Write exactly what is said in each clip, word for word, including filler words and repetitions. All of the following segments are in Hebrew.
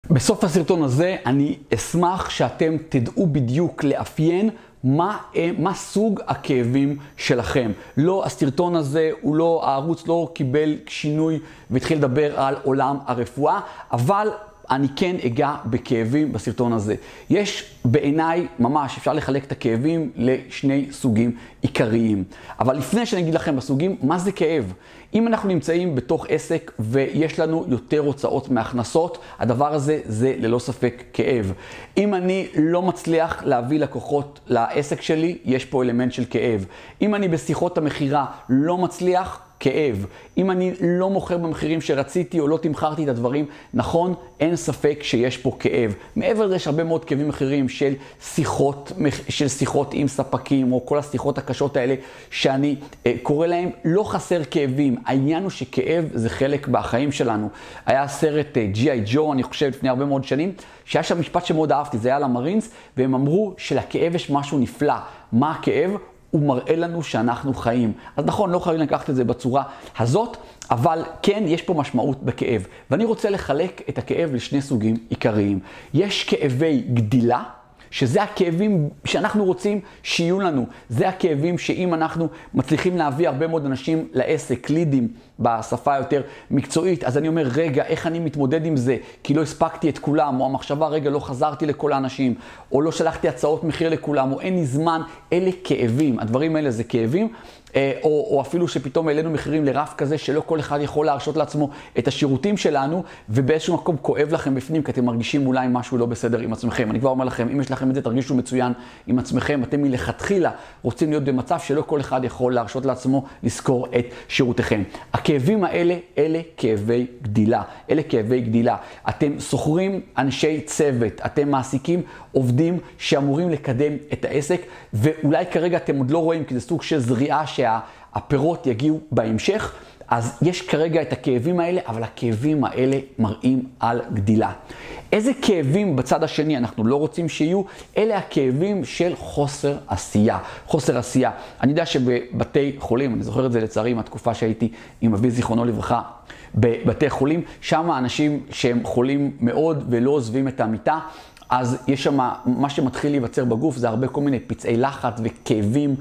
בסוף הסרטון הזה אני אשמח שאתם תדעו בדיוק לאפיין מה, מה סוג הכאבים שלכם. לא, הסרטון הזה, הוא לא, הערוץ לא קיבל שינוי והתחיל לדבר על עולם הרפואה, אבל אני כן אגע בכאבים בסרטון הזה. יש בעיניי ממש, אפשר לחלק את הכאבים לשני סוגים עיקריים. אבל לפני שאני אגיד לכם בסוגים, מה זה כאב? אם אנחנו נמצאים בתוך עסק ויש לנו יותר הוצאות מהכנסות, הדבר הזה זה ללא ספק כאב. אם אני לא מצליח להביא לקוחות לעסק שלי, יש פה אלמנט של כאב. אם אני בשיחות המחירה לא מצליח, כאב. אם אני לא מוכר במחירים שרציתי או לא תמכרתי את הדברים, נכון, אין ספק שיש פה כאב. מעבר לזה יש הרבה מאוד כאבים אחרים של שיחות, של שיחות עם ספקים, או כל השיחות הקשות האלה שאני אה, קורא להם, לא חסר כאבים. העניין הוא שכאב זה חלק בחיים שלנו. היה סרט אה, ג'י איי ג'ו, אני חושב, לפני הרבה מאוד שנים, שהיה שם משפט שמאוד אהבתי, זה היה למרינס, והם אמרו שלכאב יש משהו נפלא. מה הכאב? הוא מראה לנו שאנחנו חיים. אז נכון, לא חייבים לקחת את זה בצורה הזאת, אבל כן, יש פה משמעות בכאב. ואני רוצה לחלק את הכאב לשני סוגים עיקריים. יש כאבי גדילה, שזה הכאבים שאנחנו רוצים שיהיו לנו. זה הכאבים שאם אנחנו מצליחים להביא הרבה מאוד אנשים לעסק, לידים, בשפה יותר מקצועית, אז אני אומר, רגע, איך אני מתמודד עם זה? כי לא הספקתי את כולם, או המחשבה, רגע, לא חזרתי לכל האנשים, או לא שלחתי הצעות מחיר לכולם, או אין לי זמן. אלה כאבים. הדברים האלה זה כאבים. או, או אפילו שפתאום העלינו מחירים לרף כזה שלא כל אחד יכול להרשות לעצמו את השירותים שלנו, ובאיזשהו מקום כואב לכם בפנים, כי אתם מרגישים אולי משהו לא בסדר עם עצמכם. אני כבר אומר לכם, אם יש לכם את זה, תרגישו מצוין עם עצמכם. אתם מלכתחילה רוצים להיות במצב שלא כל אחד יכול להרשות לעצמו לזכור את שירותיכם. הכאבים האלה, אלה כאבי גדילה. אלה כאבי גדילה. אתם סוחרים אנשי צוות, אתם מעסיקים עובדים שאמורים לקדם את העסק, ואולי כרגע אתם עוד לא רואים, כי זה סוג של זריעה שהפירות יגיעו בהמשך, אז יש כרגע את הכאבים האלה, אבל הכאבים האלה מראים על גדילה. איזה כאבים בצד השני אנחנו לא רוצים שיהיו? אלה הכאבים של חוסר עשייה. חוסר עשייה. אני יודע שבבתי חולים, אני זוכר את זה לצערי מהתקופה שהייתי עם אבי זיכרונו לברכה, בבתי חולים, שם אנשים שהם חולים מאוד ולא עוזבים את המיטה, אז יש שם, מה שמתחיל להיווצר בגוף זה הרבה כל מיני פצעי לחץ וכאבים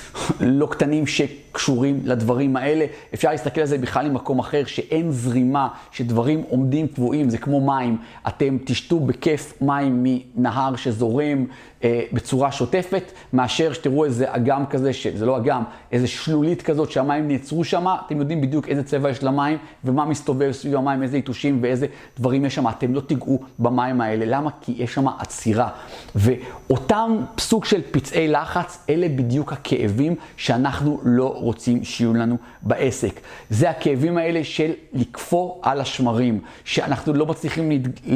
לא קטנים שקשורים לדברים האלה. אפשר להסתכל על זה בכלל ממקום אחר, שאין זרימה, שדברים עומדים קבועים, זה כמו מים. אתם תשתו בכיף מים מנהר שזורם אה, בצורה שוטפת, מאשר שתראו איזה אגם כזה, שזה לא אגם, איזה שלולית כזאת שהמים נעצרו שם, אתם יודעים בדיוק איזה צבע יש למים, ומה מסתובב סביב המים, איזה יתושים ואיזה דברים יש שם. אתם לא תיגעו במים האלה. למה? כי יש שם עצירה. ואותם סוג של פצעי לחץ, אלה בדיוק הכאבים שאנחנו לא רוצים שיהיו לנו בעסק. זה הכאבים האלה של לקפוא על השמרים, שאנחנו לא מצליחים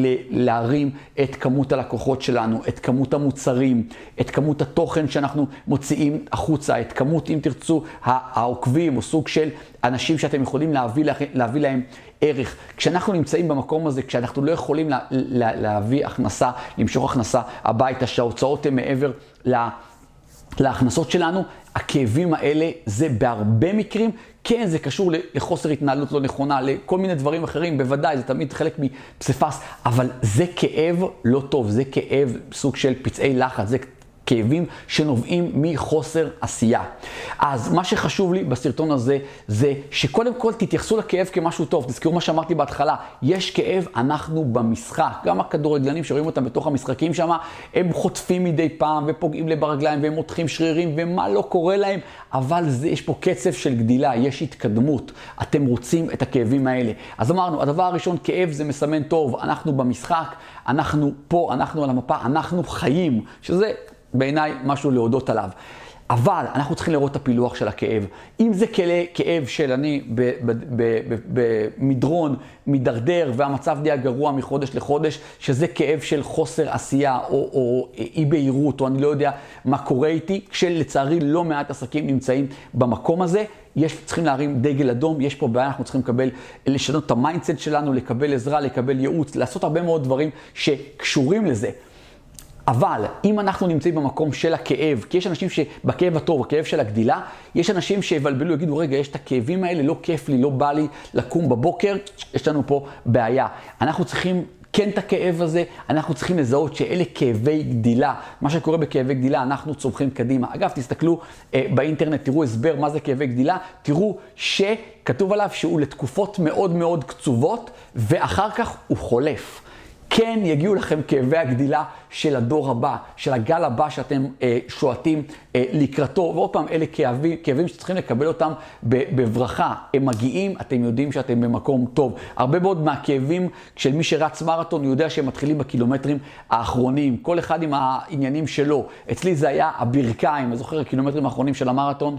להרים את כמות הלקוחות שלנו, את כמות המוצרים, את כמות התוכן שאנחנו מוציאים החוצה, את כמות, אם תרצו, העוקבים או סוג של אנשים שאתם יכולים להביא, להביא להם ערך. כשאנחנו נמצאים במקום הזה, כשאנחנו לא יכולים לה, לה, להביא הכנסה, למשוך הכנסה הביתה, שההוצאות הן מעבר לה, להכנסות שלנו, הכאבים האלה זה בהרבה מקרים, כן, זה קשור לחוסר התנהלות לא נכונה, לכל מיני דברים אחרים, בוודאי, זה תמיד חלק מפסיפס, אבל זה כאב לא טוב, זה כאב סוג של פצעי לחץ, זה כאבים שנובעים מחוסר עשייה. אז מה שחשוב לי בסרטון הזה, זה שקודם כל תתייחסו לכאב כמשהו טוב. תזכרו מה שאמרתי בהתחלה, יש כאב, אנחנו במשחק. גם הכדורגלנים שרואים אותם בתוך המשחקים שם, הם חוטפים מדי פעם ופוגעים לברגליים והם מותחים שרירים ומה לא קורה להם, אבל זה, יש פה קצב של גדילה, יש התקדמות. אתם רוצים את הכאבים האלה. אז אמרנו, הדבר הראשון, כאב זה מסמן טוב. אנחנו במשחק, אנחנו פה, אנחנו על המפה, אנחנו חיים, שזה בעיניי משהו להודות עליו. אבל אנחנו צריכים לראות את הפילוח של הכאב. אם זה כאב של אני במדרון, מדרדר, והמצב די הגרוע מחודש לחודש, שזה כאב של חוסר עשייה או, או אי בהירות, או אני לא יודע מה קורה איתי, כשלצערי לא מעט עסקים נמצאים במקום הזה, יש, צריכים להרים דגל אדום, יש פה בעיה, אנחנו צריכים לקבל, לשנות את המיינדסט שלנו, לקבל עזרה, לקבל ייעוץ, לעשות הרבה מאוד דברים שקשורים לזה. אבל אם אנחנו נמצאים במקום של הכאב, כי יש אנשים שבכאב הטוב, הכאב של הגדילה, יש אנשים שיבלבלו, יגידו, רגע, יש את הכאבים האלה, לא כיף לי, לא בא לי לקום בבוקר, יש לנו פה בעיה. אנחנו צריכים כן את הכאב הזה, אנחנו צריכים לזהות שאלה כאבי גדילה. מה שקורה בכאבי גדילה, אנחנו צומחים קדימה. אגב, תסתכלו אה, באינטרנט, תראו הסבר מה זה כאבי גדילה, תראו שכתוב עליו שהוא לתקופות מאוד מאוד קצובות, ואחר כך הוא חולף. כן יגיעו לכם כאבי הגדילה של הדור הבא, של הגל הבא שאתם אה, שועטים אה, לקראתו, ועוד פעם, אלה כאבים, כאבים שצריכים לקבל אותם בברכה. הם מגיעים, אתם יודעים שאתם במקום טוב. הרבה מאוד מהכאבים של מי שרץ מרתון יודע שהם מתחילים בקילומטרים האחרונים, כל אחד עם העניינים שלו. אצלי זה היה הברכיים, אני זוכר הקילומטרים האחרונים של המרתון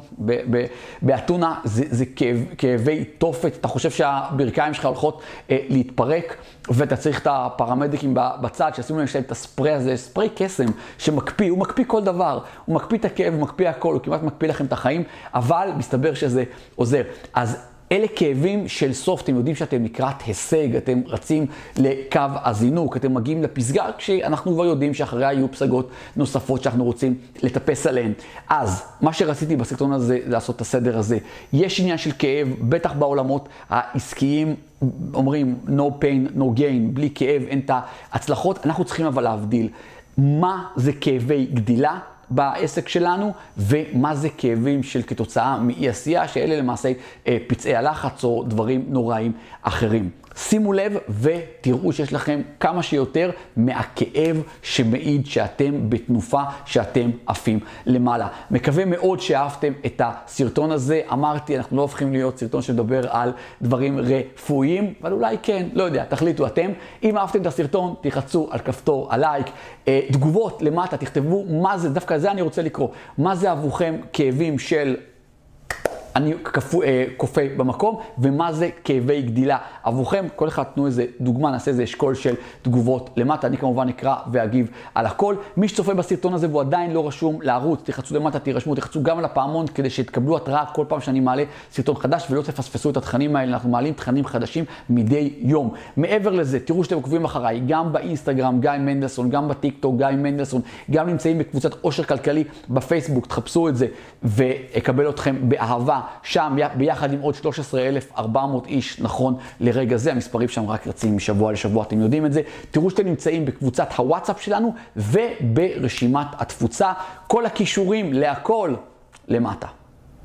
באתונה, זה, זה כאב, כאבי תופת, אתה חושב שהברכיים שלך הולכות אה, להתפרק, ואתה צריך את הפרמדיקים בצד, שעשינו להם את הספרי הזה, ספרי קסם שמקפיא, הוא מקפיא כל דבר, הוא מקפיא את הכאב, הוא מקפיא הכל, הוא כמעט מקפיא לכם את החיים, אבל מסתבר שזה עוזר. אז אלה כאבים של סוף, אתם יודעים שאתם לקראת הישג, אתם רצים לקו הזינוק, אתם מגיעים לפסגה, כשאנחנו כבר יודעים שאחריה יהיו פסגות נוספות שאנחנו רוצים לטפס עליהן. אז מה שרציתי בסרטון הזה, לעשות את הסדר הזה. יש עניין של כאב, בטח בעולמות העסקיים, אומרים no pain, no gain, בלי כאב אין את ההצלחות. אנחנו צריכים אבל להבדיל מה זה כאבי גדילה בעסק שלנו, ומה זה כאבים של כתוצאה מאי עשייה, שאלה למעשה פצעי הלחץ או דברים נוראים אחרים. שימו לב ותראו שיש לכם כמה שיותר מהכאב שמעיד שאתם בתנופה, שאתם עפים למעלה. מקווה מאוד שאהבתם את הסרטון הזה. אמרתי, אנחנו לא הופכים להיות סרטון שמדבר על דברים רפואיים, אבל אולי כן, לא יודע, תחליטו אתם. אם אהבתם את הסרטון, תלחצו על כפתור הלייק. תגובות למטה, תכתבו מה זה, דווקא זה אני רוצה לקרוא. מה זה עבורכם כאבים של אני כפו, אה, קופה במקום, ומה זה כאבי גדילה עבורכם. כל אחד תנו איזה דוגמה, נעשה איזה אשכול של תגובות למטה. אני כמובן אקרא ואגיב על הכל. מי שצופה בסרטון הזה והוא עדיין לא רשום לערוץ, תחצו למטה, תירשמו, תחצו גם על הפעמון כדי שתקבלו התראה כל פעם שאני מעלה סרטון חדש, ולא תפספסו את התכנים האלה. אנחנו מעלים תכנים חדשים מדי יום. מעבר לזה, תראו שאתם עוקבים אחריי, גם באינסטגרם, גיא מנדלסון, גם בטיקטוק, גיא מנדלסון, גם נמצאים בקבוצת עושר כלכלי בפייסבוק, תחפשו את זה ואקבל אתכם באהבה. שם ביחד עם עוד שלושה עשר אלף וארבע מאות איש נכון לרגע זה, המספרים שם רק רצים משבוע לשבוע, אתם יודעים את זה. תראו שאתם נמצאים בקבוצת הוואטסאפ שלנו וברשימת התפוצה, כל הכישורים להכל למטה.